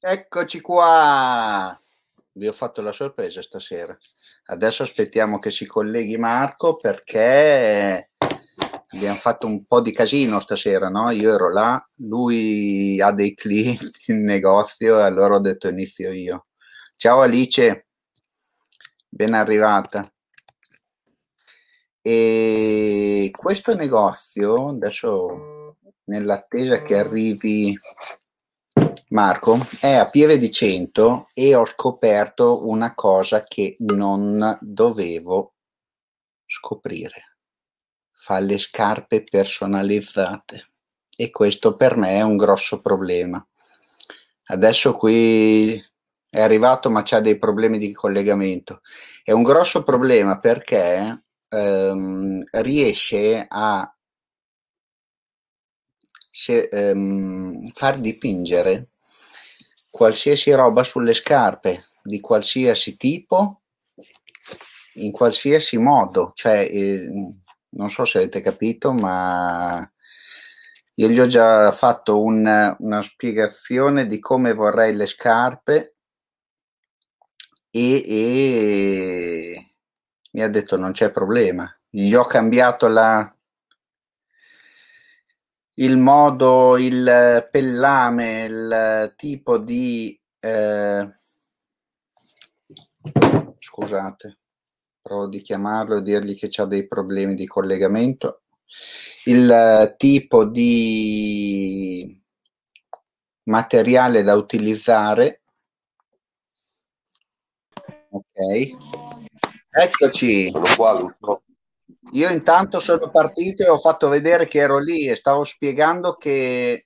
Eccoci qua! Vi ho fatto la sorpresa stasera. Adesso aspettiamo che si colleghi Marco perché abbiamo fatto un po' di casino stasera, no? Io ero là, lui ha dei clienti in negozio e allora ho detto inizio io. Ciao Alice, ben arrivata. E questo negozio, adesso nell'attesa che arrivi Marco, è a Pieve di Cento e ho scoperto una cosa che non dovevo scoprire. Fa le scarpe personalizzate e questo per me è un grosso problema. Adesso qui è arrivato ma c'ha dei problemi di collegamento. È un grosso problema perché riesce a far dipingere qualsiasi roba sulle scarpe di qualsiasi tipo in qualsiasi modo, cioè non so se avete capito, ma io gli ho già fatto una spiegazione di come vorrei le scarpe e mi ha detto non c'è problema. Gli ho cambiato il modo, il pellame, il tipo di scusate, provo di chiamarlo e dirgli che c'ha dei problemi di collegamento. Il tipo di materiale da utilizzare. Ok, eccoci. Sono qua, Lucio. Io intanto sono partito e ho fatto vedere che ero lì e stavo spiegando che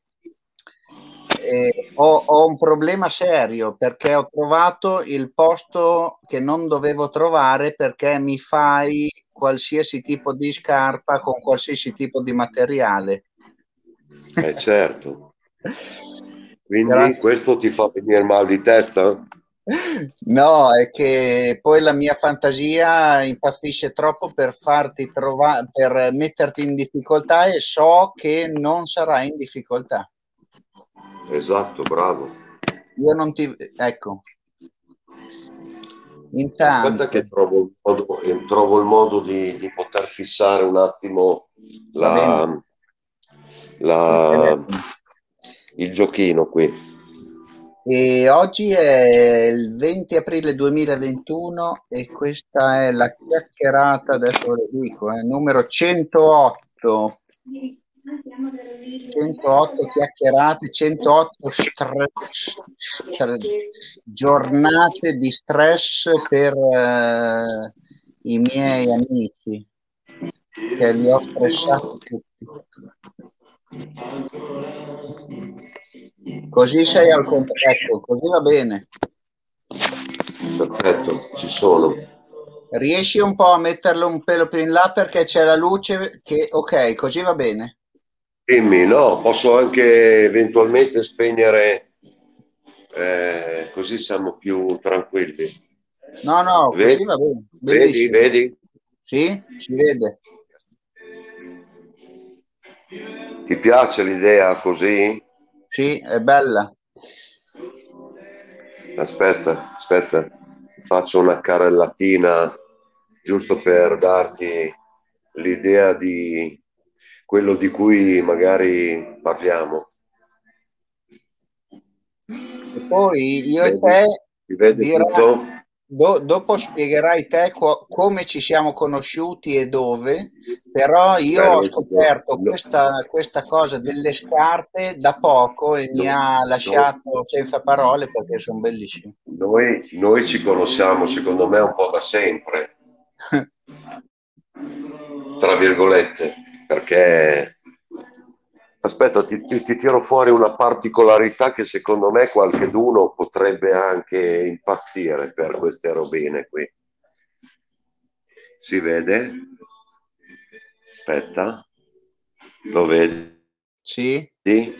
ho un problema serio perché ho trovato il posto che non dovevo trovare perché mi fai qualsiasi tipo di scarpa con qualsiasi tipo di materiale. Certo. Quindi Grazie. questo ti fa venire mal di testa? No, è che poi la mia fantasia impazzisce troppo per farti trovare, per metterti in difficoltà e so che non sarai in difficoltà. Esatto, bravo. Io non ti... Ecco, Aspetta intanto, che trovo il modo di poter fissare un attimo va bene, la, il la- telefono. il giochino qui. E oggi è il 20 aprile 2021 e questa è la chiacchierata, adesso ve lo dico, numero 108. 108 chiacchierate, 108 giornate di stress per i miei amici, che li ho stressati tutti. Così sei al ecco, così va bene. Perfetto, ci sono. Riesci un po' a metterlo un pelo più in là perché c'è la luce che, ok, così va bene. Dimmi, no, posso anche eventualmente spegnere, così siamo più tranquilli. No, no, Vedi? così va bene, Vedi? bellissimo. Vedi? Sì, si vede. Ti piace l'idea così? Sì, è bella. Aspetta, faccio una carellatina giusto per darti l'idea di quello di cui magari parliamo. E poi io e Vedi? te Si vede tutto? dopo spiegherai te come ci siamo conosciuti e dove, però io Beh, ho scoperto questa cosa delle scarpe da poco e mi ha noi- lasciato senza parole perché sono bellissime. noi ci conosciamo, secondo me, un po' da sempre, tra virgolette, perché aspetta, ti tiro fuori una particolarità che secondo me qualcheduno potrebbe anche impazzire per queste robine qui. Si vede? Aspetta, lo vedi? Sì,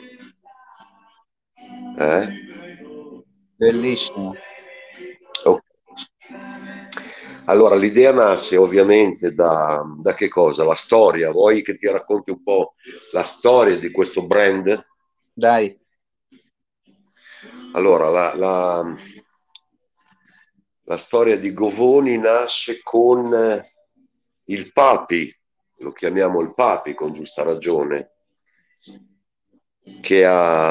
Eh? bellissimo. Ok. Allora, l'idea nasce ovviamente da che cosa? La storia. Vuoi che ti racconti un po' la storia di questo brand? Dai, Allora, la storia di Govoni nasce con il Papi, lo chiamiamo il Papi con giusta ragione, che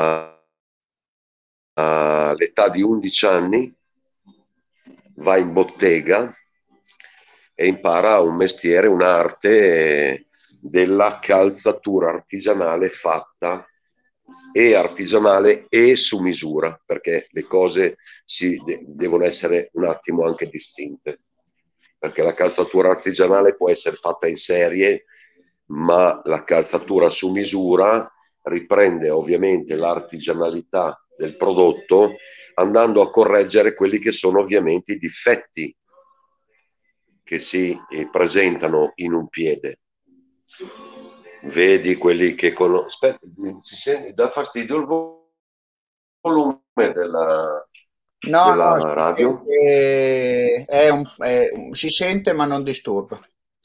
all'età di 11 anni va in bottega e impara un mestiere, un'arte della calzatura artigianale fatta e artigianale e su misura, perché le cose devono essere un attimo anche distinte, perché la calzatura artigianale può essere fatta in serie, ma la calzatura su misura riprende ovviamente l'artigianalità del prodotto, andando a correggere quelli che sono ovviamente i difetti che si presentano in un piede. Vedi quelli che aspetta, si sente, dà fastidio il volume No, no, della radio? si sente ma non disturba.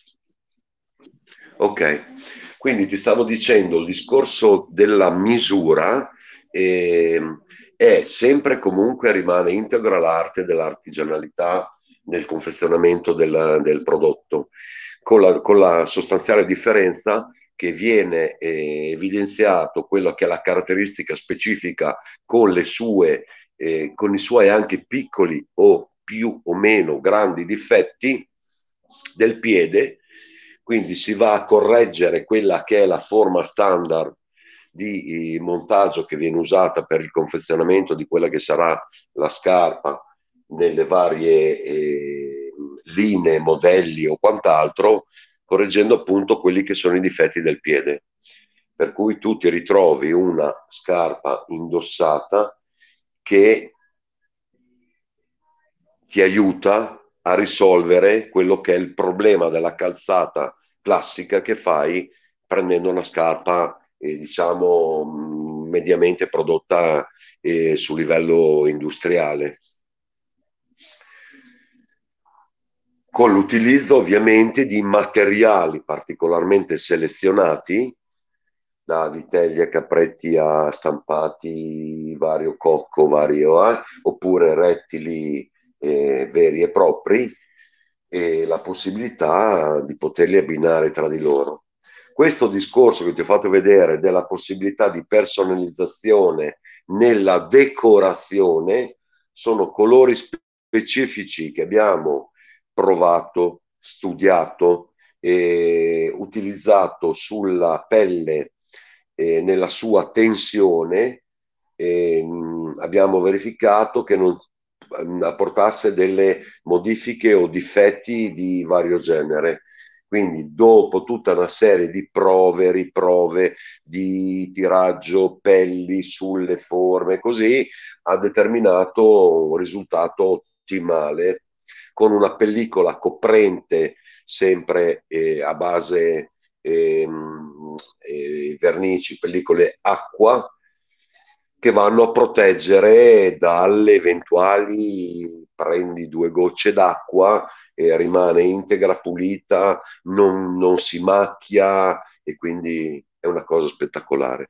Ok, quindi ti stavo dicendo il discorso della misura eh, è sempre comunque rimane integra l'arte dell'artigianalità nel confezionamento del prodotto, con la sostanziale differenza che viene evidenziato quello che è la caratteristica specifica con le sue, con i suoi anche piccoli o più o meno grandi difetti del piede, quindi si va a correggere quella che è la forma standard di montaggio che viene usata per il confezionamento di quella che sarà la scarpa nelle varie linee, modelli o quant'altro, correggendo appunto quelli che sono i difetti del piede. Per cui tu ti ritrovi una scarpa indossata che ti aiuta a risolvere quello che è il problema della calzata classica che fai prendendo una scarpa, diciamo, mediamente prodotta su livello industriale. Con l'utilizzo ovviamente di materiali particolarmente selezionati, da vitelli a capretti a stampati vario cocco, oppure rettili veri e propri, e la possibilità di poterli abbinare tra di loro. Questo discorso che ti ho fatto vedere della possibilità di personalizzazione nella decorazione sono colori specifici che abbiamo provato, studiato e utilizzato sulla pelle nella sua tensione. Abbiamo verificato che non apportasse delle modifiche o difetti di vario genere. Quindi dopo tutta una serie di prove, riprove, di tiraggio pelli sulle forme, così ha determinato un risultato ottimale con una pellicola coprente sempre a base vernici, pellicole acqua che vanno a proteggere dalle eventuali, prendi 2 gocce d'acqua e rimane integra, pulita, non si macchia e quindi è una cosa spettacolare.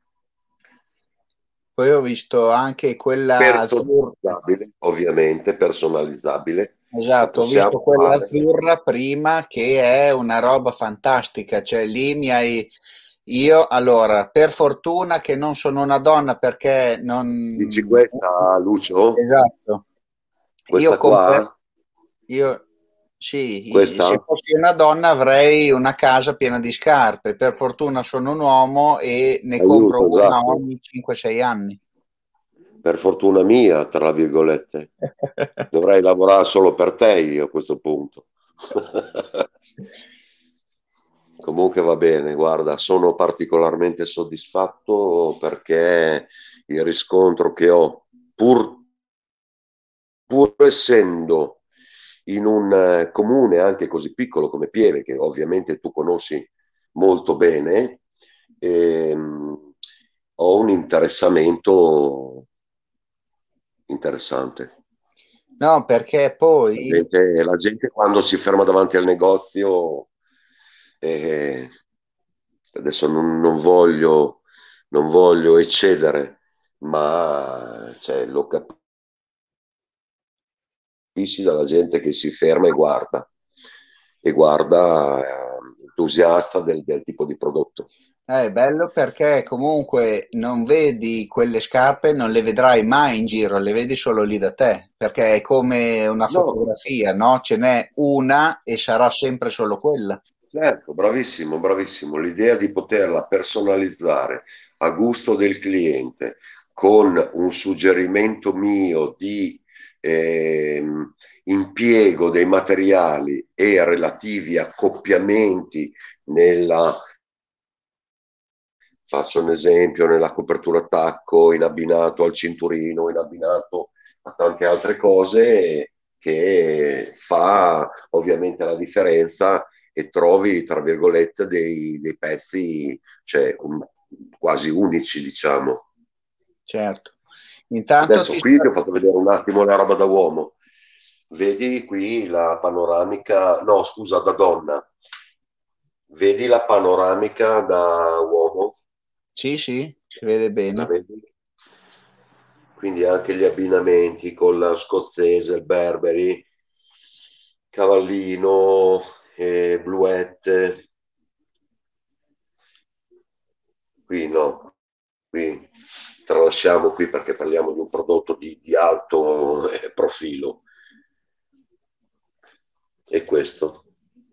Poi ho visto anche quella azzurra, Personalizzabile, ovviamente, personalizzabile. Lo esatto, ho visto possiamo quella fare. azzurra prima che è una roba fantastica, cioè lì mi hai... Io, allora, per fortuna che non sono una donna perché Dici non... questa, Lucio? Esatto, io Questa qua? io sì, Questa? se fossi una donna avrei una casa piena di scarpe. Per fortuna sono un uomo e ne compro Aiuto, una esatto. ogni 5-6 anni. Per fortuna mia, tra virgolette. Dovrei lavorare solo per te io a questo punto. Comunque va bene, guarda, sono particolarmente soddisfatto perché il riscontro che ho, pur essendo in un comune anche così piccolo come Pieve, che ovviamente tu conosci molto bene, ho un interessamento interessante. No, perché poi La gente quando si ferma davanti al negozio, eh, adesso non voglio eccedere, ma cioè, lo capisci dalla gente che si ferma e guarda entusiasta del tipo di prodotto. È bello perché comunque non vedi quelle scarpe, non le vedrai mai in giro, le vedi solo lì da te, perché è come una No, fotografia, no? Ce n'è una e sarà sempre solo quella. certo, bravissimo, bravissimo. L'idea di poterla personalizzare a gusto del cliente con un suggerimento mio di impiego dei materiali e relativi accoppiamenti nella, faccio un esempio, nella copertura tacco, in abbinato al cinturino, in abbinato a tante altre cose che fa ovviamente la differenza e trovi, tra virgolette, dei pezzi cioè, quasi unici, diciamo. Certo. Intanto Adesso ti... qui ti ho fatto vedere un attimo la roba da uomo. Vedi qui la panoramica, no, scusa, da donna. Vedi la panoramica da uomo? Sì, sì, si vede La bene. vedi? Quindi anche gli abbinamenti con la scozzese, il Berberi, cavallino, bluette. Qui no, qui tralasciamo qui perché parliamo di un prodotto di alto profilo. E questo,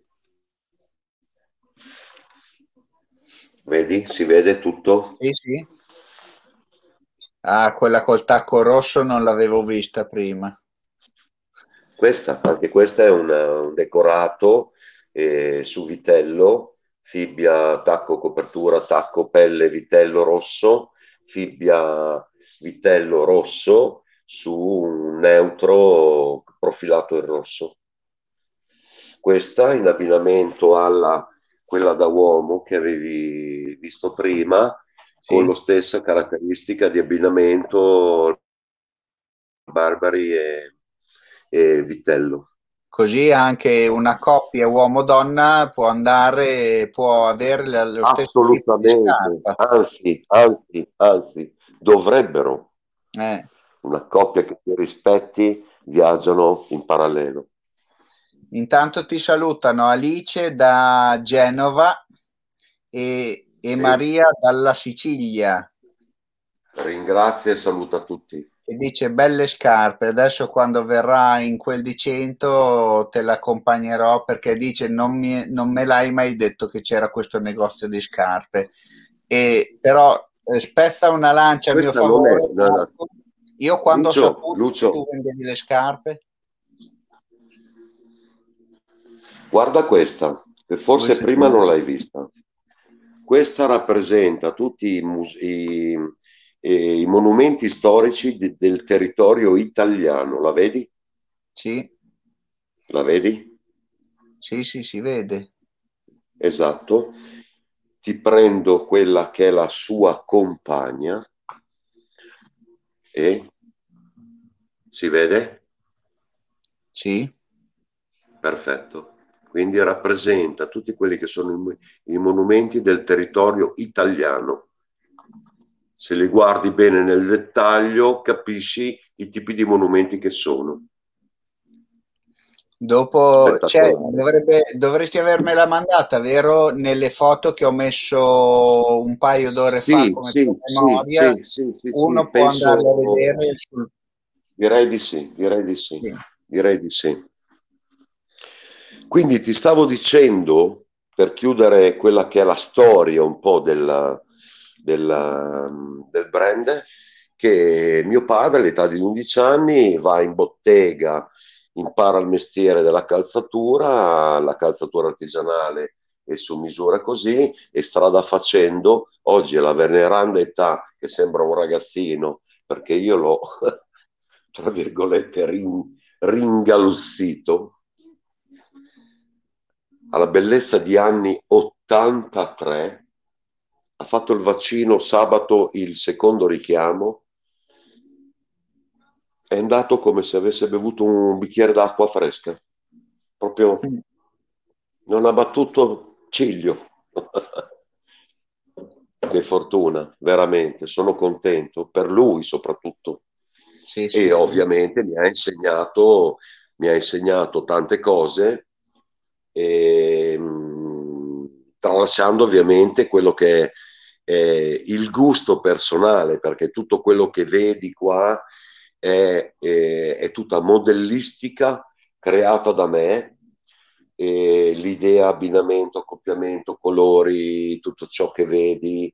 vedi? Si vede tutto? Sì, sì. Ah, quella col tacco rosso non l'avevo vista prima. Anche questa è un decorato su vitello, fibbia, tacco, copertura, tacco, pelle, vitello rosso, fibbia, vitello rosso su un neutro profilato in rosso. Questa in abbinamento alla quella da uomo che avevi visto prima, con Sì. la stessa caratteristica di abbinamento Barbari e Vitello. Così anche una coppia uomo-donna può andare, può avere lo stesso tipo di Assolutamente, scarpa. anzi, dovrebbero. Eh. Una coppia che si rispetti viaggiano in parallelo. Intanto ti salutano Alice da Genova e Sì? Maria dalla Sicilia. Ringrazio e saluta tutti. E dice belle scarpe, adesso quando verrà in quel di 100 te l'accompagnerò perché dice non me l'hai mai detto che c'era questo negozio di scarpe. E però spezza una lancia a mio Questa non è... favore, No, no. Marco. Io quando ho Lucio, saputo che tu Lucio, vendevi le scarpe, guarda questa, che vuoi forse prima non sentire? l'hai vista. Questa rappresenta tutti i monumenti storici del territorio italiano. La vedi? Sì, La vedi? sì, sì, si vede. Esatto. Ti prendo quella che è la sua compagna e si vede? Sì. Perfetto. Quindi rappresenta tutti quelli che sono i monumenti del territorio italiano. Se li guardi bene nel dettaglio, capisci i tipi di monumenti che sono. Dopo, cioè, Spettacolare. dovresti avermela mandata, vero? Nelle foto che ho messo un paio d'ore fa Sì, come sì, sì, promemoria, sì, sì, sì, sì, uno può andarle a penso, vedere sul... direi di sì, direi di sì, Sì, direi di sì. Quindi ti stavo dicendo, per chiudere quella che è la storia un po' del brand, che mio padre all'età di 11 anni va in bottega, impara il mestiere della calzatura, la calzatura artigianale e su misura così, e strada facendo, oggi è la veneranda età che sembra un ragazzino, perché io l'ho, tra virgolette, ringalluzzito alla bellezza di anni 83, ha fatto il vaccino sabato il secondo richiamo, è andato come se avesse bevuto un bicchiere d'acqua fresca, proprio non ha battuto ciglio. che fortuna, veramente, sono contento per lui soprattutto. Sì, sì, E sì. ovviamente mi ha insegnato tante cose, e, tralasciando ovviamente quello che è il gusto personale, perché tutto quello che vedi qua è tutta modellistica creata da me, e l'idea, abbinamento, accoppiamento, colori, tutto ciò che vedi,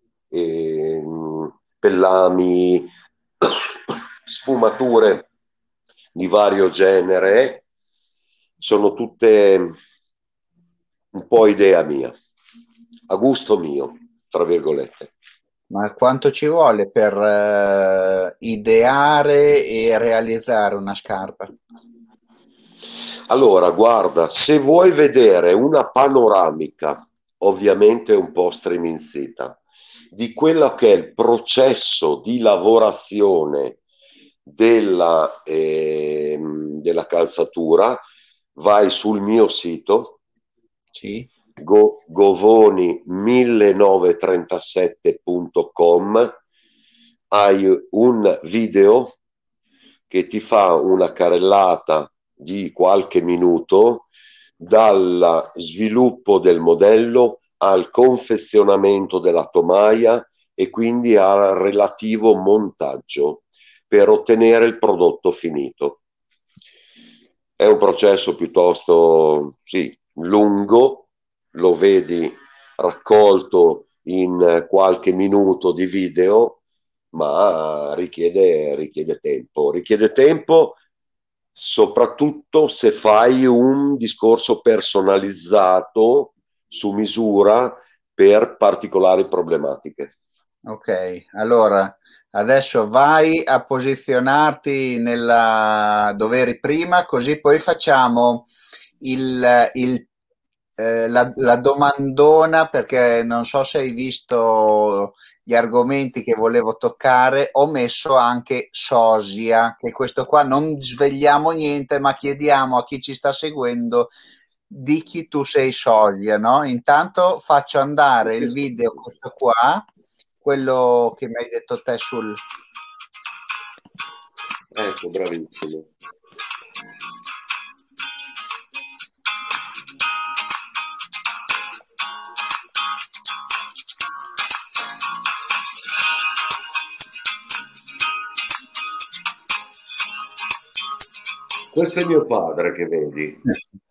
pellami, sfumature di vario genere, sono tutte un po' idea mia, a gusto mio, tra virgolette. Ma quanto ci vuole per ideare e realizzare una scarpa? Allora, guarda, se vuoi vedere una panoramica, ovviamente un po' striminzita, di quello che è il processo di lavorazione della calzatura, vai sul mio sito Sì, govoni1937.com, hai un video che ti fa una carrellata di qualche minuto dal sviluppo del modello al confezionamento della tomaia e quindi al relativo montaggio per ottenere il prodotto finito. È un processo piuttosto, sì, lungo, lo vedi raccolto in qualche minuto di video, ma richiede tempo. Richiede tempo soprattutto se fai un discorso personalizzato su misura per particolari problematiche. ok. Allora, adesso vai a posizionarti nella dove eri prima, così poi facciamo la domandona, perché non so se hai visto gli argomenti che volevo toccare. Ho messo anche sosia, che questo qua non svegliamo niente, ma chiediamo a chi ci sta seguendo di chi tu sei sosia, no? Intanto faccio andare il video, questo qua, quello che mi hai detto te sul... Ecco, bravissimo. Questo è mio padre che vedi,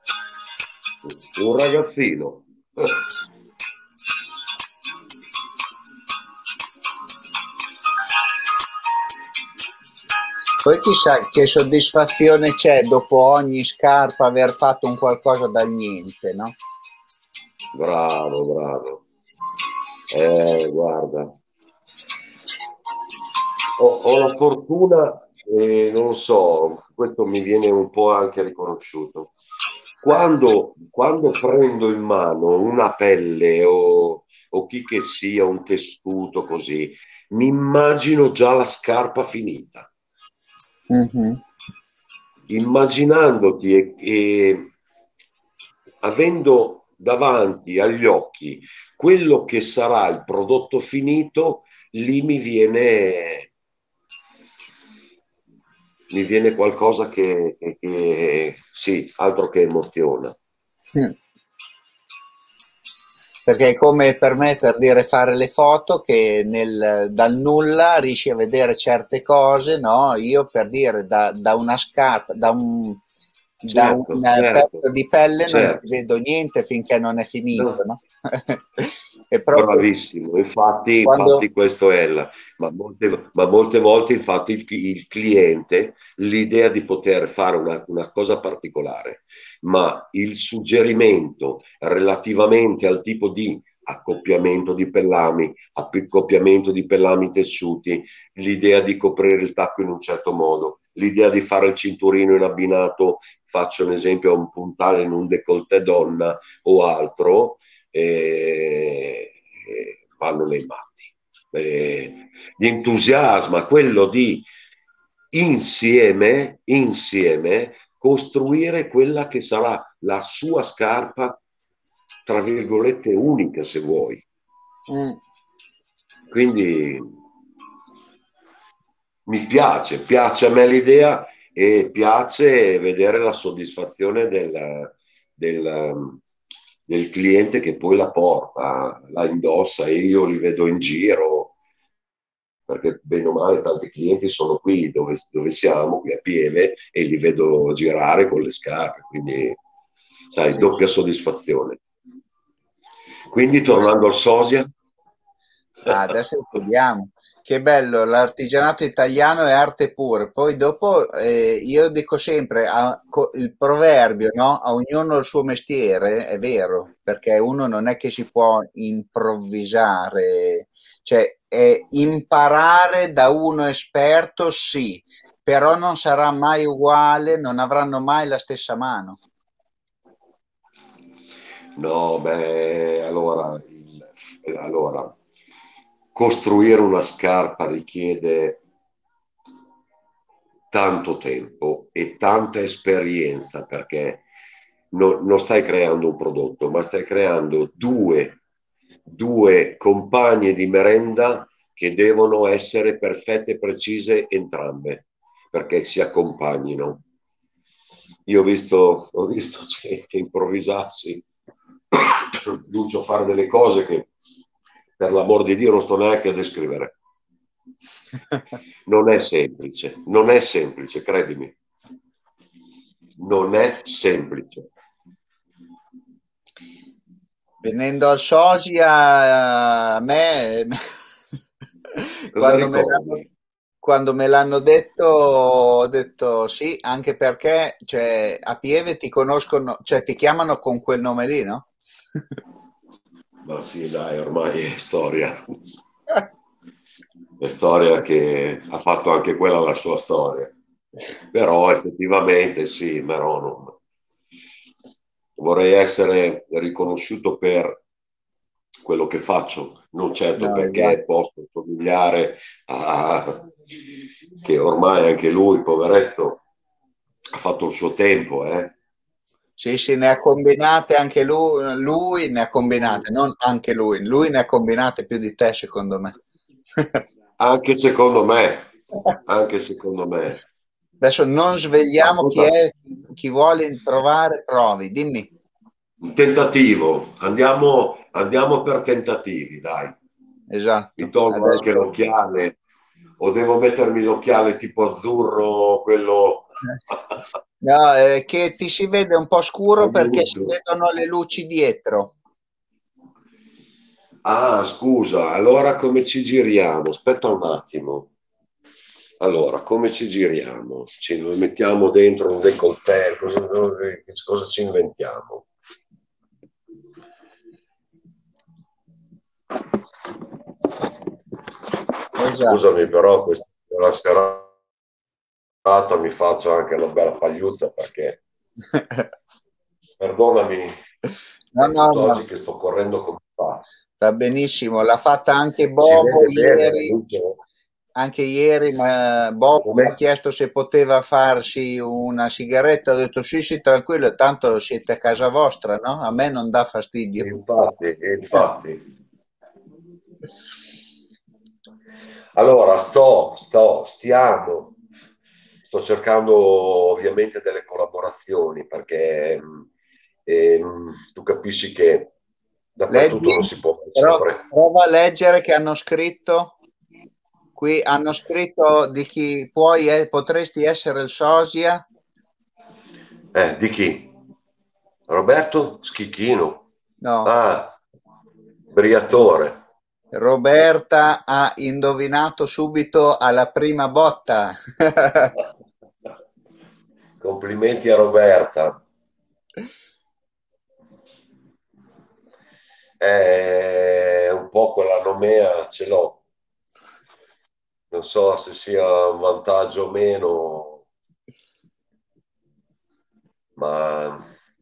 un ragazzino. Poi chissà che soddisfazione c'è dopo ogni scarpa aver fatto un qualcosa dal niente, no? Bravo, bravo. Guarda, ho la fortuna, non lo so, questo mi viene un po' anche riconosciuto. Quando prendo in mano una pelle o chi che sia, un tessuto così, mi immagino già la scarpa finita, Mhm. immaginandoti e avendo davanti agli occhi quello che sarà il prodotto finito, lì mi viene qualcosa che sì, altro che emoziona. Mm. Perché è come per me, per dire, fare le foto, che dal nulla riesci a vedere certe cose, no? Io, per dire, da una scarpa, da un Certo, certo, pezzo di pelle non ci certo. vedo niente finché non è finito, No, no? È proprio bravissimo, infatti quando... questo è ma molte volte infatti il cliente, l'idea di poter fare una cosa particolare, ma il suggerimento relativamente al tipo di accoppiamento di pellami, accoppiamento di pellami tessuti, l'idea di coprire il tacco in un certo modo, l'idea di fare il cinturino in abbinato, faccio un esempio, a un puntale in un décolleté donna o altro, vanno nei matti. Gli entusiasma quello di insieme costruire quella che sarà la sua scarpa, tra virgolette, unica, se vuoi. Mm. Quindi piace a me l'idea e piace vedere la soddisfazione del, del cliente che poi la porta, la indossa e io li vedo in giro, perché bene o male tanti clienti sono qui dove siamo, qui a Pieve, e li vedo girare con le scarpe, quindi sai, Sì, doppia sì. soddisfazione. Quindi Adesso, tornando al sosia, adesso vediamo. Che bello, l'artigianato italiano è arte pura. Poi dopo io dico sempre il proverbio, no? A ognuno il suo mestiere, è vero, perché uno non è che si può improvvisare, cioè imparare da uno esperto, sì, però non sarà mai uguale, non avranno mai la stessa mano. no, beh, allora, costruire una scarpa richiede tanto tempo e tanta esperienza perché non stai creando un prodotto, ma stai creando due compagne di merenda che devono essere perfette e precise entrambe perché si accompagnino. Io ho visto gente improvvisarsi, Lucio fare delle cose che per l'amor di Dio non sto neanche a descrivere. Non è semplice, credimi, non è semplice. Venendo al sosia, a me, Cosa quando me ricordi? l'hanno, quando me l'hanno detto, ho detto sì, anche perché, cioè, a Pieve ti conoscono, cioè, ti chiamano con quel nome lì, no? Ma sì, dai, ormai è storia. È storia che ha fatto anche quella la sua storia. Però effettivamente sì, però vorrei essere riconosciuto per quello che faccio, non certo No, esatto. perché posso somigliare a che ormai anche lui, poveretto, ha fatto il suo tempo, eh. Sì, sì, ne ha combinate anche lui ne ha combinate, non anche lui ne ha combinate più di te, secondo me. Anche secondo me, anche secondo me. Adesso non svegliamo chi Ascolta, è, chi vuole provare, provi, dimmi. un tentativo, andiamo per tentativi, dai. Mi Esatto. tolgo anche Adesso l'occhiale o devo mettermi l'occhiale tipo azzurro, quello no, che ti si vede un po' scuro perché si aiuto. vedono le luci dietro. Ah, scusa, allora come ci giriamo? Aspetta un attimo. Allora, come ci giriamo? Ci mettiamo dentro un décolleté, cosa ci inventiamo? Esatto. Scusami, però questa la serata mi faccio anche una bella pagliuzza perché, perdonami, No, è no, tutt'oggi no, che sto correndo come pazzo. va benissimo. L'ha fatta anche Si Bobo vede bene, ieri. Lucio? Anche ieri Bobo mi ha Come? chiesto se poteva farsi una sigaretta. Ho detto sì, sì, tranquillo, tanto siete a casa vostra, no? A me non dà fastidio. Infatti. Allora, sto cercando ovviamente delle collaborazioni perché tu capisci che dappertutto non Leggi, si può però sempre. prova a leggere che hanno scritto. Qui hanno scritto di chi potresti essere il sosia. Di chi? Roberto Schicchino. No, Ah, Briatore. Roberta ha indovinato subito alla prima botta. Complimenti a Roberta. Un po' quella nomea ce l'ho. Non so se sia un vantaggio o meno, ma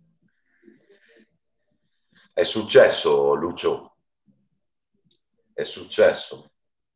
è successo, Lucio. È successo.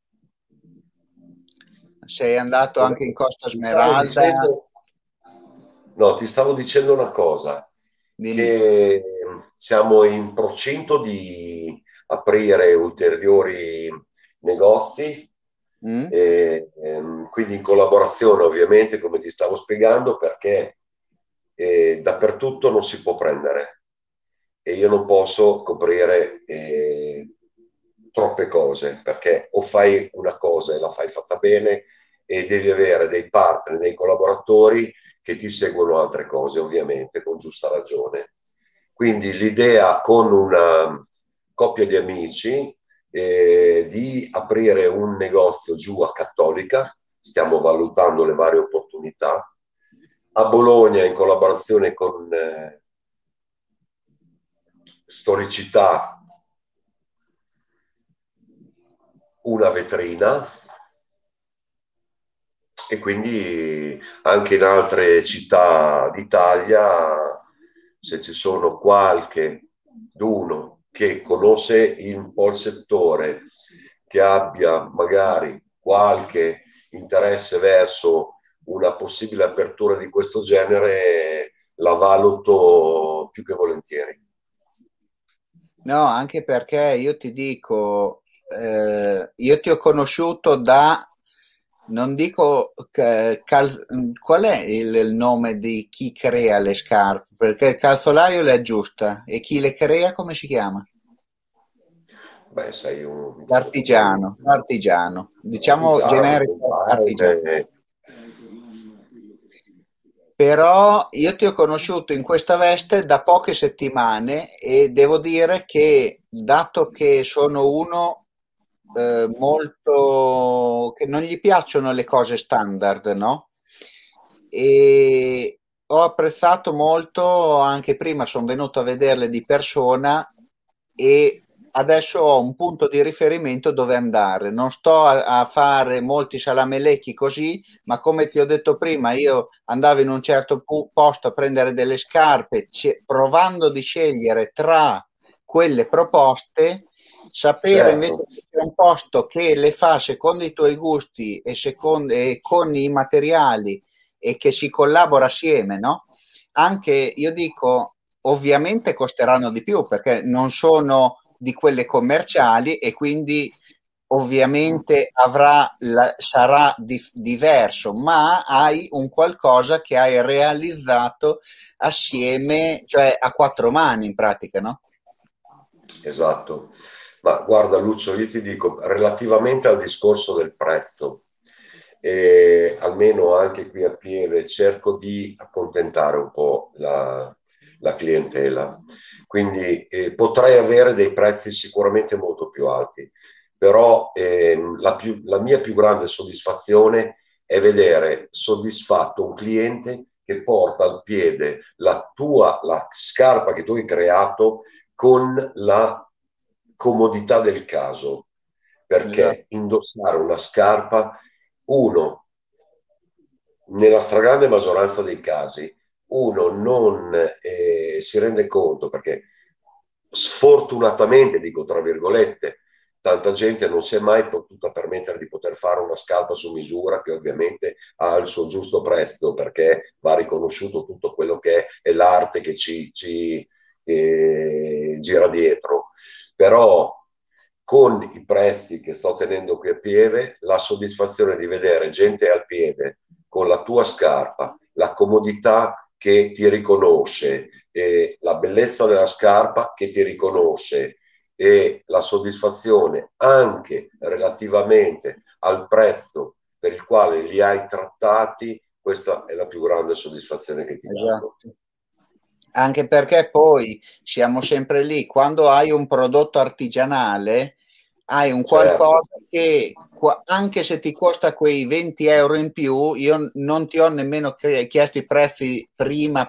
Sei andato anche in Comunque, Costa ti stavo Smeralda? dicendo, no, ti stavo dicendo una cosa, Dimmi. che siamo in procinto di aprire ulteriori negozi, Mm? quindi in collaborazione ovviamente, come ti stavo spiegando, perché dappertutto non si può prendere e io non posso coprire troppe cose, perché o fai una cosa e la fai fatta bene e devi avere dei partner, dei collaboratori che ti seguono altre cose, ovviamente, con giusta ragione. Quindi l'idea con una coppia di amici di aprire un negozio giù a Cattolica, stiamo valutando le varie opportunità, a Bologna in collaborazione con Storicità, una vetrina e quindi anche in altre città d'Italia, se ci sono qualche d'uno che conosce un po' il settore, che abbia magari qualche interesse verso una possibile apertura di questo genere, la valuto più che volentieri. No, anche perché io ti dico, io ti ho conosciuto da, non dico, qual è il nome di chi crea le scarpe? Perché il calzolaio le aggiusta e chi le crea come si chiama? Beh, sei un L'artigiano, diciamo artigiano, generico artigiano. compare, Però io ti ho conosciuto in questa veste da poche settimane e devo dire che, dato che sono uno molto che non gli piacciono le cose standard, no? E ho apprezzato molto, anche prima sono venuto a vederle di persona e adesso ho un punto di riferimento dove andare. Non sto a fare molti salamelecchi così, ma come ti ho detto prima, io andavo in un certo posto a prendere delle scarpe, provando di scegliere tra quelle proposte, sapere invece certo, che c'è un posto che le fa secondo i tuoi gusti e con i materiali e che si collabora assieme, no? Anche io dico, ovviamente costeranno di più perché non sono di quelle commerciali e quindi ovviamente sarà diverso, ma hai un qualcosa che hai realizzato assieme, cioè a quattro mani in pratica, no? esatto. Ma guarda Lucio, io ti dico, relativamente al discorso del prezzo, almeno anche qui a Pieve, cerco di accontentare un po' la clientela. Quindi potrei avere dei prezzi sicuramente molto più alti, però la mia più grande soddisfazione è vedere soddisfatto un cliente che porta al piede la scarpa che tu hai creato con la comodità del caso, Esatto. perché indossare una scarpa, uno, nella stragrande maggioranza dei casi, uno non si rende conto perché sfortunatamente, dico tra virgolette, tanta gente non si è mai potuta permettere di poter fare una scarpa su misura che ovviamente ha il suo giusto prezzo perché va riconosciuto tutto quello che è l'arte che ci gira dietro. Però con i prezzi che sto tenendo qui a Pieve, la soddisfazione di vedere gente al piede con la tua scarpa, la comodità che ti riconosce, la bellezza della scarpa che ti riconosce e la soddisfazione anche relativamente al prezzo per il quale li hai trattati, questa è la più grande soddisfazione che ti danno. Esatto. Anche perché poi siamo sempre lì, quando hai un prodotto artigianale, hai un Certo, qualcosa che anche se ti costa quei 20 euro in più, io non ti ho nemmeno chiesto i prezzi prima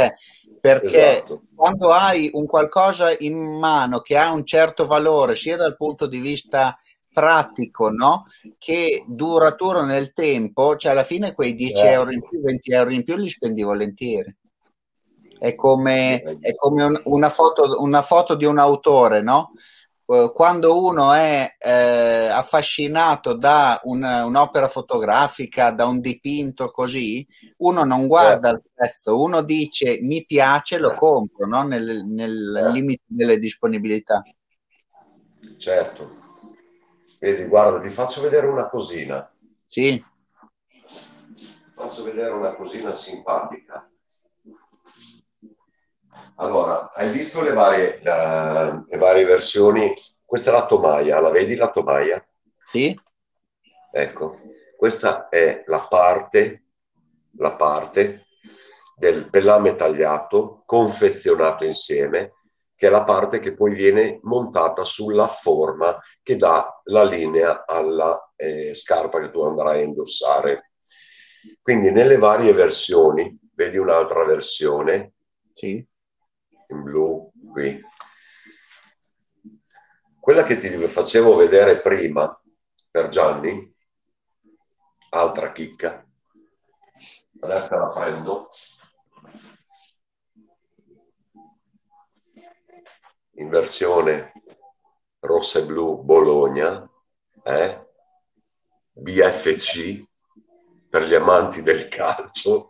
perché esatto, quando hai un qualcosa in mano che ha un certo valore, sia dal punto di vista pratico, no? Che duraturo nel tempo, cioè alla fine quei 10 euro in certo. più, 20 euro in più li spendi volentieri. È Direi. come una foto di un autore, no? Quando uno è affascinato da un'opera fotografica, da un dipinto così, uno non guarda il Certo, prezzo, uno dice mi piace, lo compro, no? Nel certo, limite delle disponibilità. certo. Vedi, guarda, ti faccio vedere una cosina. Sì, Faccio vedere una cosina simpatica. Allora, hai visto le varie versioni? Questa è la tomaia, la vedi la tomaia? sì, Ecco, questa è la parte del pellame tagliato, confezionato insieme, che è la parte che poi viene montata sulla forma che dà la linea alla scarpa che tu andrai a indossare. Quindi nelle varie versioni, vedi un'altra versione sì. in blu qui. Quella che ti facevo vedere prima per Gianni, altra chicca, adesso la prendo in versione rossa e blu Bologna, BFC per gli amanti del calcio.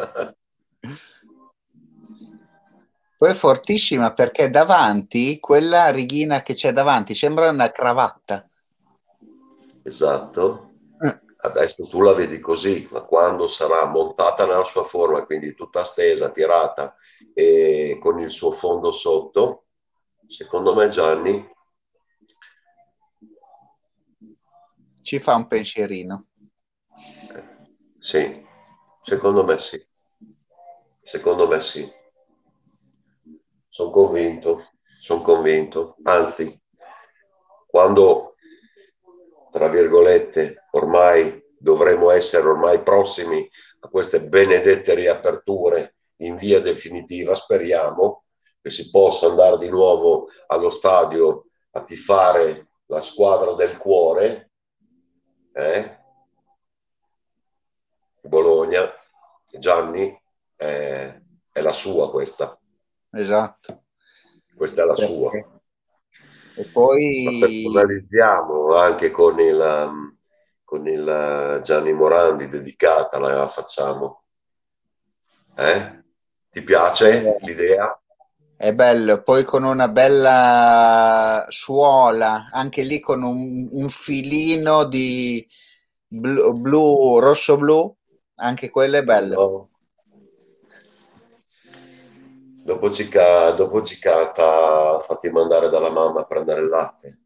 Poi è fortissima perché davanti, quella righina che c'è davanti, sembra una cravatta. Esatto. Adesso tu la vedi così, ma quando sarà montata nella sua forma, quindi tutta stesa, tirata e con il suo fondo sotto, secondo me Gianni, Ci fa un pensierino. sì, secondo me sì, secondo me sì, sono convinto, anzi, quando, tra virgolette, ormai dovremo essere ormai prossimi a queste benedette riaperture in via definitiva, speriamo che si possa andare di nuovo allo stadio a tifare la squadra del cuore, eh? Bologna, Gianni, è la sua questa, Esatto. questa è la sua. Perché... E La poi personalizziamo anche con il Gianni Morandi dedicata, la facciamo. Ti piace l'idea? è bello, poi con una bella suola, anche lì con un filino di rosso-blu, anche quello è bello. No. Dopo cicata, fatti mandare dalla mamma a prendere il latte.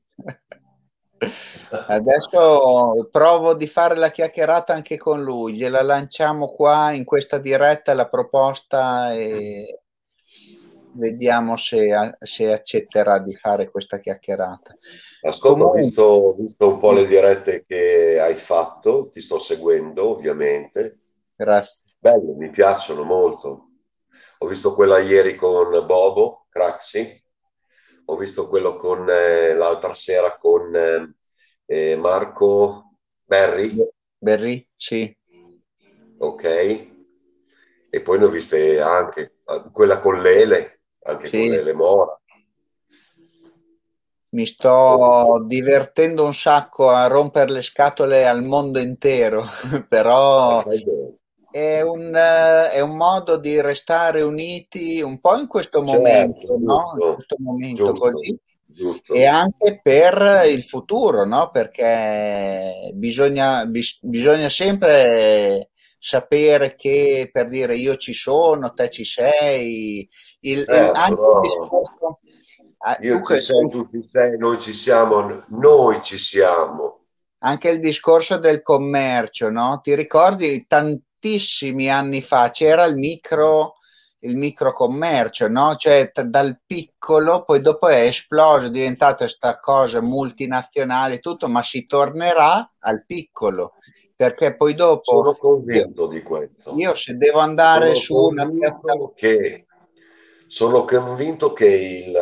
Adesso provo di fare la chiacchierata anche con lui, gliela lanciamo qua in questa diretta la proposta e vediamo se accetterà di fare questa chiacchierata. Ascolta, Comunque, ho visto un po' le dirette che hai fatto, ti sto seguendo ovviamente. grazie. Bello, mi piacciono molto. Ho visto quella ieri con Bobo Craxi, ho visto quello con l'altra sera con Marco Berri, Berry, sì, ok? E poi ne ho viste anche quella con Lele, anche con sì. Lele Mora. Mi Oh, sto divertendo un sacco a rompere le scatole al mondo intero, però fai bene. è un modo di restare uniti un po' in questo Certo, momento, no? In giusto, questo momento giusto, così, e giusto. anche per il futuro, no? Perché bisogna sempre sapere che per dire io ci sono, te ci sei, Certo, anche il no. discorso, tu Io ci che sei, sei tu ci sei, noi ci siamo, noi ci siamo. anche il discorso del commercio, no? Ti ricordi tantissimi anni fa c'era il micro commercio, no? Cioè dal piccolo, poi dopo è esploso, è diventata questa cosa multinazionale, e tutto, ma si tornerà al piccolo, perché poi dopo Sono convinto di questo. io se devo andare Sono su una piattaforma, convinto che, sono convinto che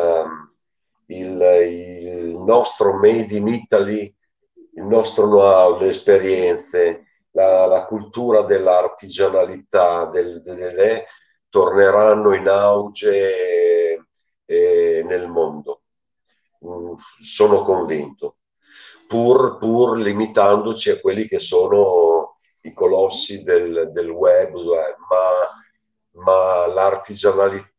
il nostro Made in Italy, il nostro know-how, le esperienze, la cultura dell'artigianalità, torneranno in auge nel mondo. Sono convinto, pur limitandoci a quelli che sono i colossi del web, ma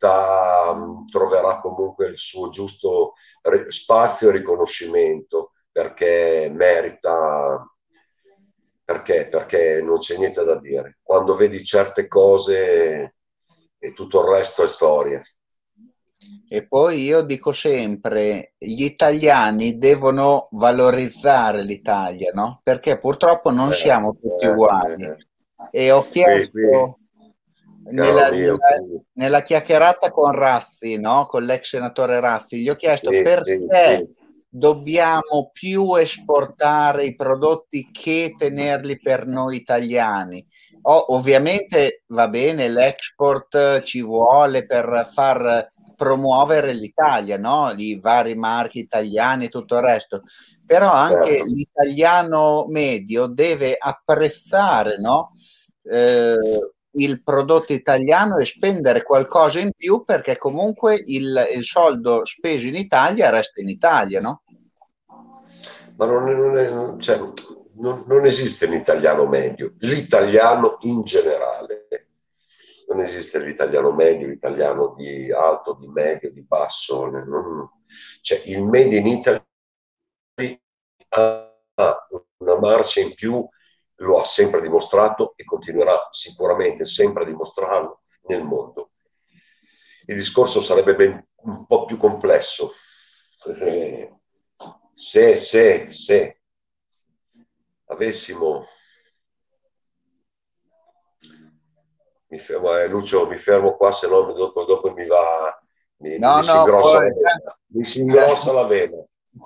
l'artigianalità troverà comunque il suo giusto spazio e riconoscimento, perché merita, perché non c'è niente da dire. Quando vedi certe cose e tutto il resto è storia. E poi io dico sempre, gli italiani devono valorizzare l'Italia, no? Perché purtroppo non siamo tutti uguali. Eh, E ho qui, chiesto caro nella, mio, nella- nella chiacchierata con Razzi, no? Con l'ex senatore Razzi, gli ho chiesto sì, sì, perché sì, dobbiamo più esportare i prodotti che tenerli per noi italiani. Ovviamente va bene, l'export ci vuole per far promuovere l'Italia, no? I vari marchi italiani e tutto il resto. Però anche certo. l'italiano medio deve apprezzare, no? Eh, il prodotto italiano e spendere qualcosa in più perché comunque il soldo speso in Italia resta in Italia, no? Ma cioè, non esiste l'italiano medio, l'italiano in generale. Non esiste l'italiano medio, l'italiano di alto, di medio, di basso. Cioè, il Made in Italy ha una marcia in più, lo ha sempre dimostrato e continuerà sicuramente sempre a dimostrarlo nel mondo. Il discorso sarebbe un po' più complesso. Se avessimo, Lucio, mi fermo qua, se no dopo mi va, No, mi si no, ingrossa la poi... vena, mi si ingrossa la vena,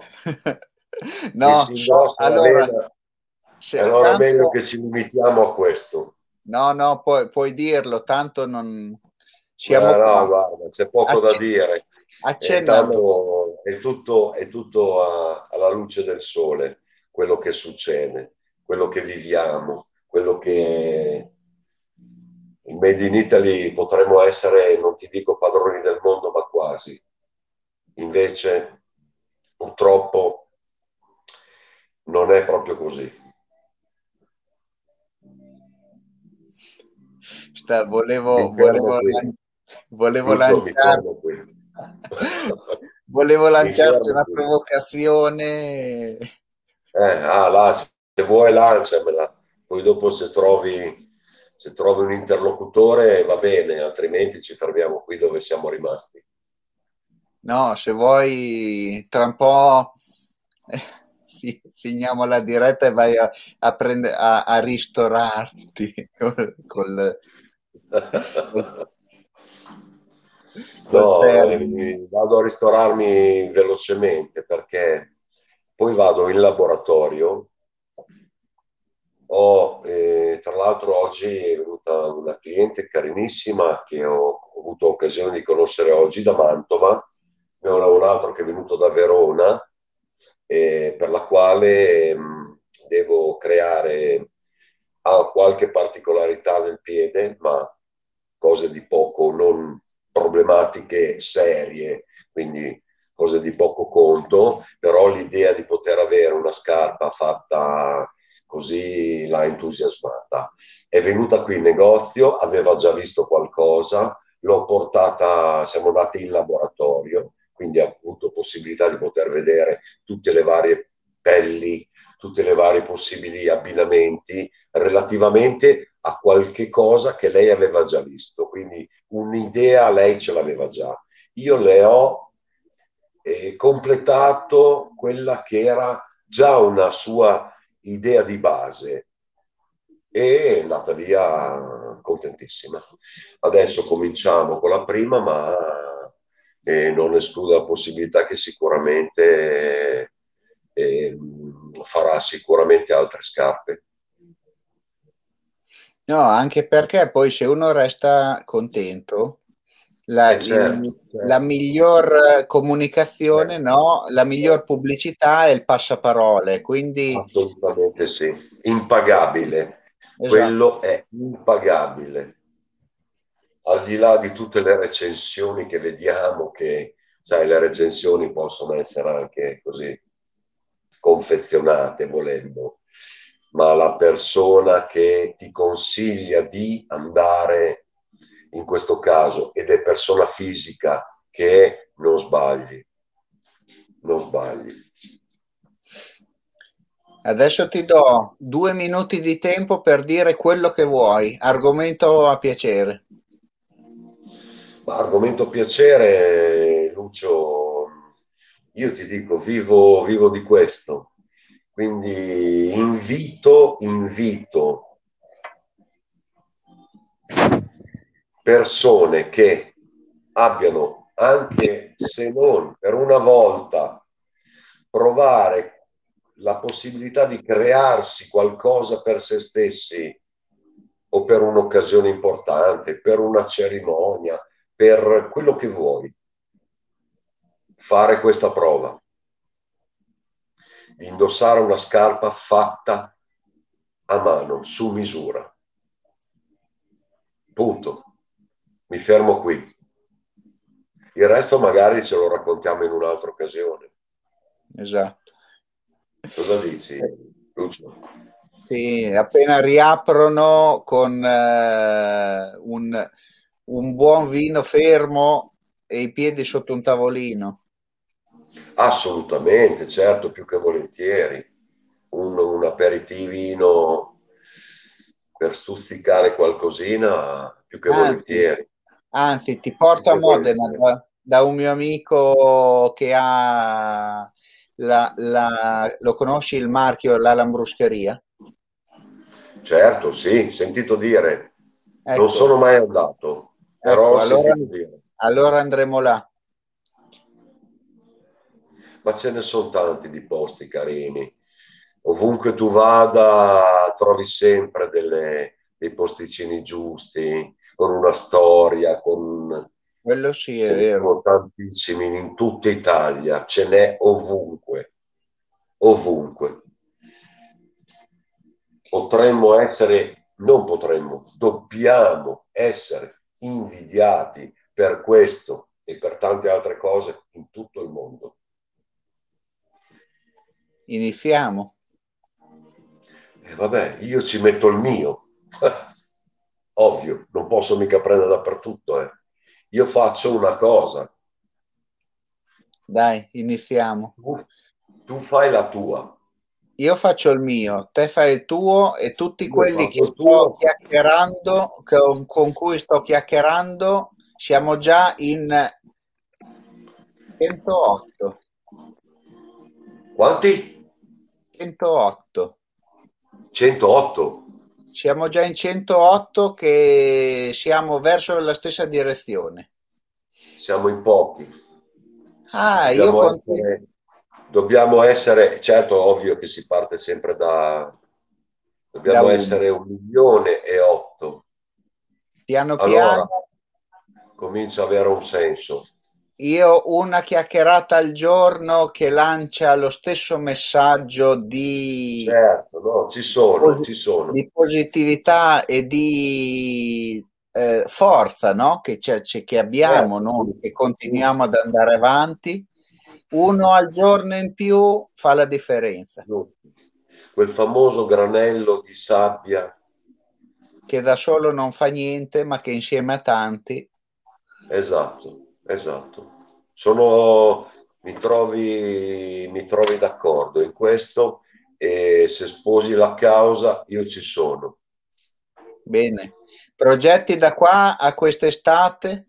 mi No, si ingrossa la allora, vena, e se, allora è meglio tanto... che ci limitiamo a questo. No, no, puoi dirlo, tanto non siamo No, qua. guarda, c'è poco da dire. E Accennato. intanto è tutto alla luce del sole, quello che succede, quello che viviamo, quello che il Made in Italy potremmo essere, non ti dico padroni del mondo, ma quasi. Invece, purtroppo, non è proprio così. Sta- Mi volevo, fermo volevo, qui. lan- volevo Lucio, mi lanciare, fermo qui. volevo Mi lanciarci fermo una qui. provocazione. Là, se vuoi lanciamela, poi dopo se trovi un interlocutore va bene, altrimenti ci fermiamo qui dove siamo rimasti. No, se vuoi, tra un po' finiamo la diretta e vai a ristorarti col, col No, termine. vado a ristorarmi velocemente perché poi vado in laboratorio. Tra l'altro oggi è venuta una cliente carinissima che ho avuto occasione di conoscere oggi da Mantova, ne ho un altro che è venuto da Verona, per la quale devo creare, ha qualche particolarità nel piede, ma cose di poco, non problematiche serie, quindi cose di poco conto, però l'idea di poter avere una scarpa fatta così l'ha entusiasmata. È venuta qui in negozio, aveva già visto qualcosa, l'ho portata, siamo andati in laboratorio, quindi ha avuto possibilità di poter vedere tutte le varie pelli, tutte le varie possibili abbinamenti relativamente a qualche cosa che lei aveva già visto. Quindi un'idea lei ce l'aveva già. Io le ho completato quella che era già una sua idea di base e è andata via contentissima. Adesso cominciamo con la prima, ma non escludo la possibilità che sicuramente farà sicuramente altre scarpe. No, anche perché poi se uno resta contento, la, Certo, la certo, miglior comunicazione, certo, no? La miglior certo. pubblicità è il passaparole, quindi Assolutamente sì. Impagabile. esatto. Quello è impagabile. Al di là di tutte le recensioni che vediamo, che sai, le recensioni possono essere anche così confezionate volendo, ma la persona che ti consiglia di andare in questo caso ed è persona fisica che non sbagli, non sbagli. Adesso ti do 2 minuti di tempo per dire quello che vuoi, argomento a piacere. Ma argomento piacere, Lucio, io ti dico, vivo di questo, quindi invito persone che abbiano, anche se non per una volta, provare la possibilità di crearsi qualcosa per se stessi o per un'occasione importante, per una cerimonia, per quello che vuoi, fare questa prova di indossare una scarpa fatta a mano, su misura. Punto. Mi fermo qui. Il resto magari ce lo raccontiamo in un'altra occasione. Esatto. Cosa dici, Lucio? Sì, appena riaprono con un buon vino fermo e i piedi sotto un tavolino. Assolutamente, certo, più che volentieri. Un aperitivino per stuzzicare qualcosina, più che Anzi, volentieri. anzi, ti Più porto a che Modena volentieri. da un mio amico che ha lo conosci il marchio La Lambruscheria? Certo, sì, sentito dire. Non Ecco, sono mai andato, però ecco, ho allora, sentito dire. allora andremo là. Ma ce ne sono tanti di posti carini. Ovunque tu vada, trovi sempre dei posticini giusti, con una storia, Quello sì, è ce ne vero. sono tantissimi in tutta Italia, ce n'è ovunque, ovunque. Potremmo essere, non potremmo, dobbiamo essere invidiati per questo e per tante altre cose in tutto il mondo. Iniziamo. E vabbè, io ci metto il mio. Ovvio, non posso mica prendere dappertutto. Io faccio una cosa, Dai, iniziamo. tu fai la tua, Io faccio il mio, te fai il tuo e tutti io quelli faccio che il sto tuo. chiacchierando, con cui sto chiacchierando, siamo già in 108. Quanti? 108. 108. Siamo già in 108 che siamo verso la stessa direzione. Siamo in pochi. Ah, io Dobbiamo continuo essere, dobbiamo essere, certo, ovvio che si parte sempre da dobbiamo uno. essere 1.000.008. Piano Allora, piano, comincia ad avere un senso. io una chiacchierata al giorno che lancia lo stesso messaggio Certo, no, ci sono, ci sono. di positività e di forza, no? Che abbiamo Certo, noi, giusto, che continuiamo giusto, ad andare avanti. Uno al giorno in più fa la differenza, giusto. Quel famoso granello di sabbia. che da solo non fa niente, ma che insieme a tanti. Esatto, esatto. Sono, mi trovi d'accordo in questo e se sposi la causa io ci sono. Bene. Progetti da qua a quest'estate?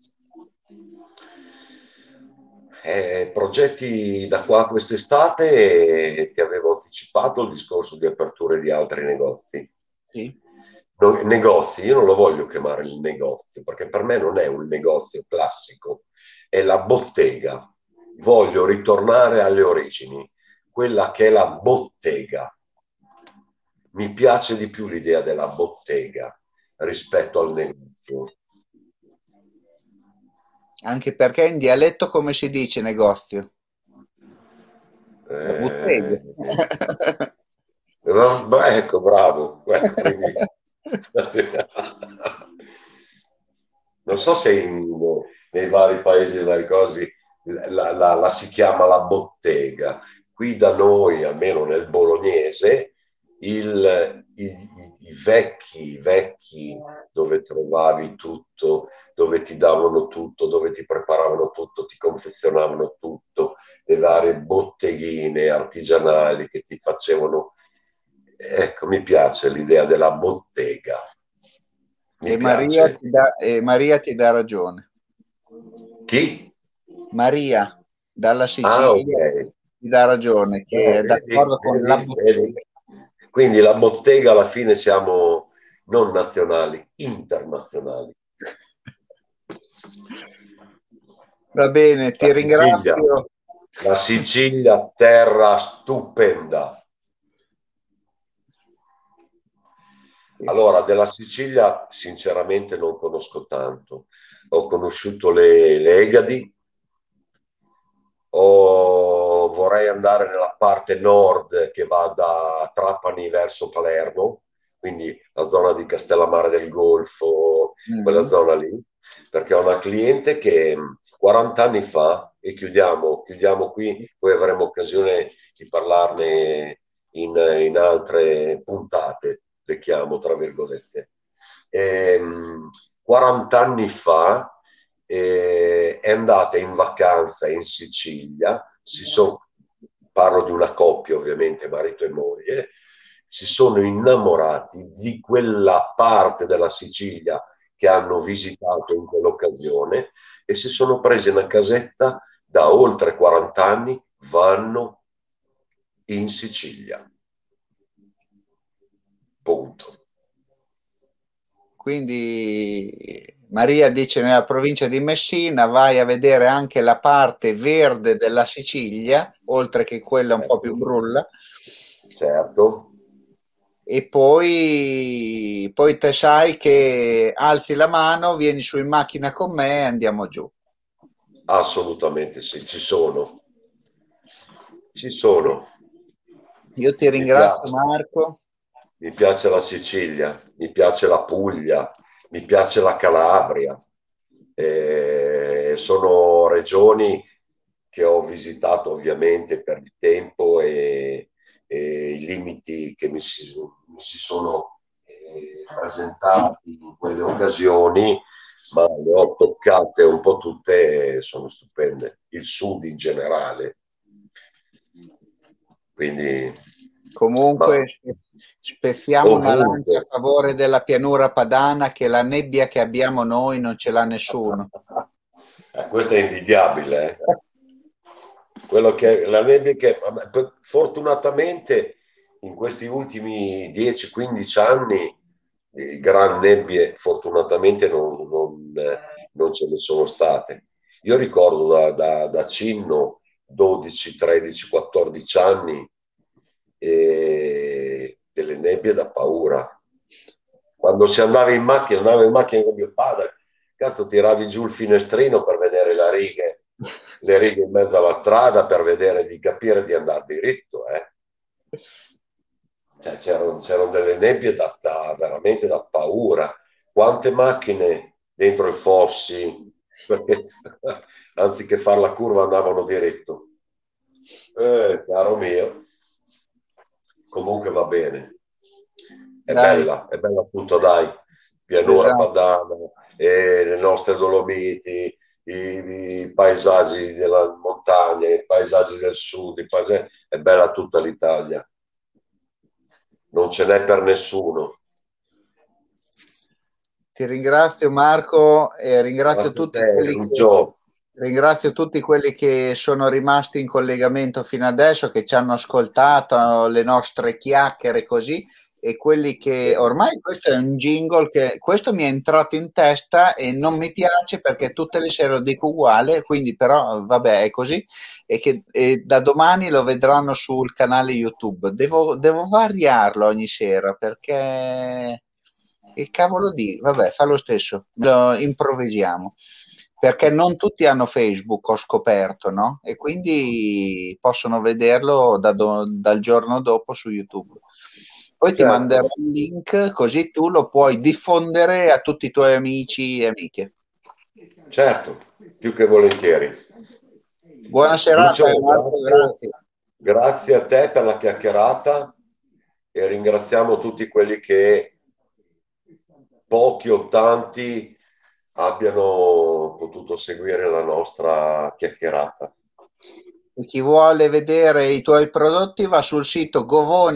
Progetti da qua a quest'estate ti avevo anticipato il discorso di aperture di altri negozi. Sì. Negozi, io non lo voglio chiamare il negozio perché per me non è un negozio classico, è la bottega. Voglio ritornare alle origini, quella che è la bottega. Mi piace di più l'idea della bottega rispetto al negozio. Anche perché in dialetto come si dice negozio? La bottega. Eh, beh, ecco, bravo. Quindi non so se nei vari paesi, nei vari cosi, la si chiama la bottega. Qui da noi, almeno nel bolognese, i vecchi dove trovavi tutto, dove ti davano tutto, dove ti preparavano tutto, ti confezionavano tutto, le varie botteghine artigianali che ti facevano ecco, mi piace l'idea della bottega, mi piace. E Maria ti dà ragione. Chi? Maria dalla Ah, ok. Sicilia ti dà ragione, che è Vedi, d'accordo con la vedi, vedi. bottega. Quindi la bottega alla fine siamo non nazionali, internazionali. Va bene, La ti Sicilia, ringrazio. la Sicilia, terra stupenda. Allora, della Sicilia sinceramente non conosco tanto. Ho conosciuto le Egadi, vorrei andare nella parte nord che va da Trapani verso Palermo, quindi la zona di Castellammare del Golfo, quella Mm. zona lì, perché ho una cliente che 40 anni fa, e chiudiamo qui, poi avremo occasione di parlarne in altre puntate, le chiamo tra virgolette. 40 anni fa è andata in vacanza in Sicilia, parlo di una coppia ovviamente, marito e moglie, si sono innamorati di quella parte della Sicilia che hanno visitato in quell'occasione e si sono presi una casetta da oltre 40 anni, vanno in Sicilia. Punto. Quindi Maria dice nella provincia di Messina vai a vedere anche la parte verde della Sicilia, oltre che quella un po' più Certo, brulla, certo. e poi te sai che alzi la mano, vieni su in macchina con me e andiamo giù. Assolutamente sì, ci sono. Ci sono. Io ti Mi ringrazio piace. Marco. Mi piace la Sicilia, mi piace la Puglia, mi piace la Calabria. Sono regioni che ho visitato ovviamente per il tempo e i limiti che mi si sono presentati in quelle occasioni, ma le ho toccate un po' tutte e sono stupende. Il sud in generale. Quindi, ma Comunque spezziamo una lancia ovunque. a favore della pianura padana che la nebbia che abbiamo noi non ce l'ha nessuno. Questo è invidiabile. Quello che, la nebbia che fortunatamente in questi ultimi 10-15 anni gran nebbie fortunatamente non ce ne sono state. Io ricordo da Cinno 12, 13, 14 anni delle nebbie da paura. Quando si andava in macchina con mio padre, cazzo, tiravi giù il finestrino per vedere le righe in mezzo alla strada per vedere di capire di andare diritto. Cioè, c'erano delle nebbie veramente da paura. Quante macchine dentro i fossi, perché anziché fare la curva andavano diritto. Caro mio, comunque va bene. Dai, È bella tutta, dai. Pianura esatto. padana, le nostre Dolomiti, i paesaggi della montagna, i paesaggi del sud, è bella tutta l'Italia. Non ce n'è per nessuno. Ti ringrazio Marco e Grazie a te, Lucio. ringrazio tutti quelli che sono rimasti in collegamento fino adesso, che ci hanno ascoltato le nostre chiacchiere così, e quelli che ormai questo è un jingle che questo mi è entrato in testa e non mi piace perché tutte le sere lo dico uguale, quindi però vabbè è così e da domani lo vedranno sul canale YouTube. Devo variarlo ogni sera perché che cavolo di, vabbè, fa lo stesso, lo improvvisiamo. Perché non tutti hanno Facebook, ho scoperto, no? E quindi possono vederlo dal giorno dopo su YouTube. Poi ti manderò Certo, il link così tu lo puoi diffondere a tutti i tuoi amici e amiche. certo, più che volentieri. Buona serata, Lucio, Marco, grazie. grazie a te per la chiacchierata e ringraziamo tutti quelli che, pochi o tanti, abbiano potuto seguire la nostra chiacchierata. E chi vuole vedere i tuoi prodotti va sul sito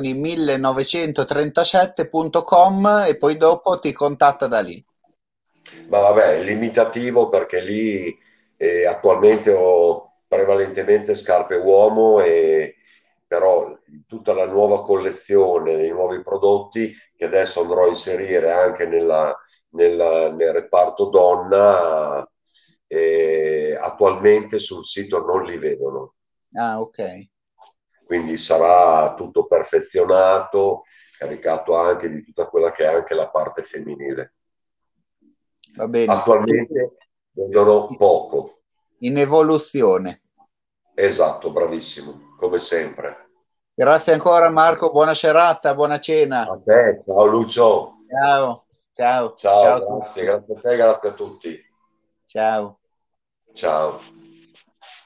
govoni1937.com e poi dopo ti contatta da lì. Ma vabbè, è limitativo perché lì attualmente ho prevalentemente scarpe uomo, però tutta la nuova collezione, i nuovi prodotti che adesso andrò a inserire anche nel reparto donna, attualmente sul sito non li vedono. Ah, ok. Quindi sarà tutto perfezionato, caricato anche di tutta quella che è anche la parte femminile. Va bene. Attualmente vedono poco. In evoluzione. Esatto, bravissimo, come sempre. Grazie ancora Marco, buona serata, buona cena. A te, ciao Lucio. Ciao, ciao, Ciao, ciao a grazie, tutti. grazie a te, grazie a tutti. Ciao. Ciao.